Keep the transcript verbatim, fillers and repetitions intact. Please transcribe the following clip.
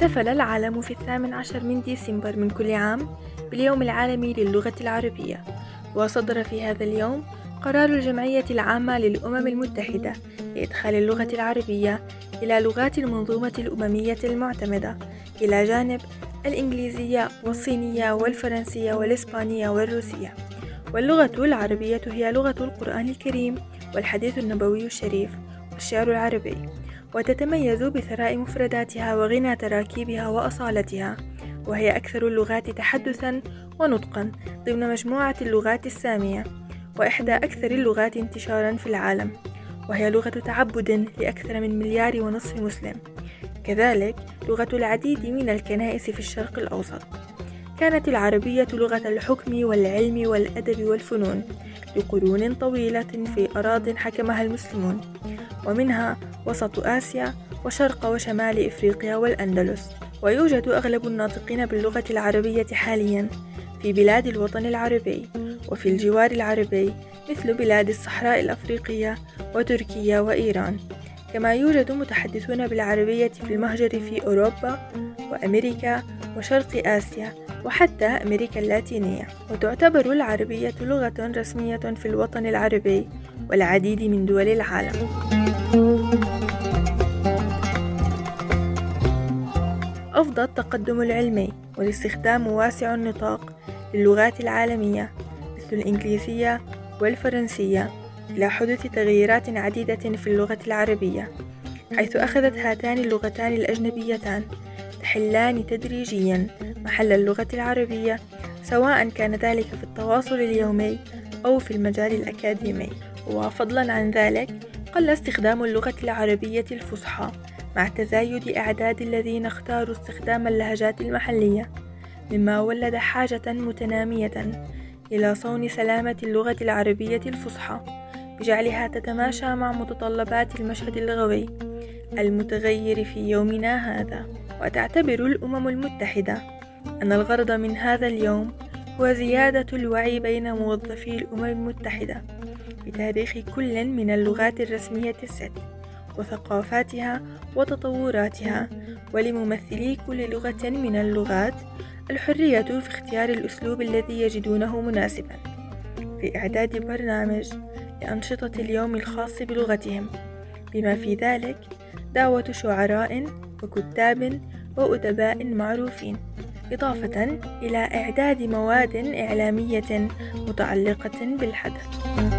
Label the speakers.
Speaker 1: احتفل العالم في الثامن عشر من ديسمبر من كل عام باليوم العالمي للغة العربية، وصدر في هذا اليوم قرار الجمعية العامة للأمم المتحدة لإدخال اللغة العربية إلى لغات المنظومة الأممية المعتمدة إلى جانب الإنجليزية والصينية والفرنسية والإسبانية والروسية. واللغة العربية هي لغة القرآن الكريم والحديث النبوي الشريف والشعر العربي، وتتميز بثراء مفرداتها وغنى تراكيبها وأصالتها، وهي أكثر اللغات تحدثا ونطقا ضمن مجموعة اللغات السامية، وإحدى أكثر اللغات انتشارا في العالم، وهي لغة تعبد لأكثر من مليار ونصف مسلم، كذلك لغة العديد من الكنائس في الشرق الأوسط. كانت العربية لغة الحكم والعلم والأدب والفنون لقرون طويلة في أراضٍ حكمها المسلمون، ومنها وسط آسيا وشرق وشمال إفريقيا والأندلس. ويوجد أغلب الناطقين باللغة العربية حاليا في بلاد الوطن العربي وفي الجوار العربي مثل بلاد الصحراء الأفريقية وتركيا وإيران، كما يوجد متحدثون بالعربية في المهجر في أوروبا وأمريكا وشرق آسيا وحتى أمريكا اللاتينية. وتعتبر العربية لغة رسمية في الوطن العربي والعديد من دول العالم. أفضى التقدم العلمي والاستخدام واسع النطاق للغات العالمية مثل الإنجليزية والفرنسية إلى حدوث تغييرات عديدة في اللغة العربية، حيث أخذت هاتان اللغتان الأجنبيتان تحلان تدريجيا محل اللغة العربية، سواء كان ذلك في التواصل اليومي أو في المجال الأكاديمي. وفضلا عن ذلك قل استخدام اللغة العربية الفصحى مع تزايد أعداد الذين اختاروا استخدام اللهجات المحلية، مما ولد حاجة متنامية إلى صون سلامة اللغة العربية الفصحى بجعلها تتماشى مع متطلبات المشهد اللغوي المتغير في يومنا هذا. وتعتبر الأمم المتحدة أن الغرض من هذا اليوم هو زيادة الوعي بين موظفي الأمم المتحدة بتاريخ كل من اللغات الرسمية الست وثقافاتها وتطوراتها، ولممثلي كل لغة من اللغات الحرية في اختيار الأسلوب الذي يجدونه مناسبا في إعداد برنامج لأنشطة اليوم الخاص بلغتهم، بما في ذلك دعوة شعراء وكتاب وأدباء معروفين، إضافة إلى إعداد مواد إعلامية متعلقة بالحدث.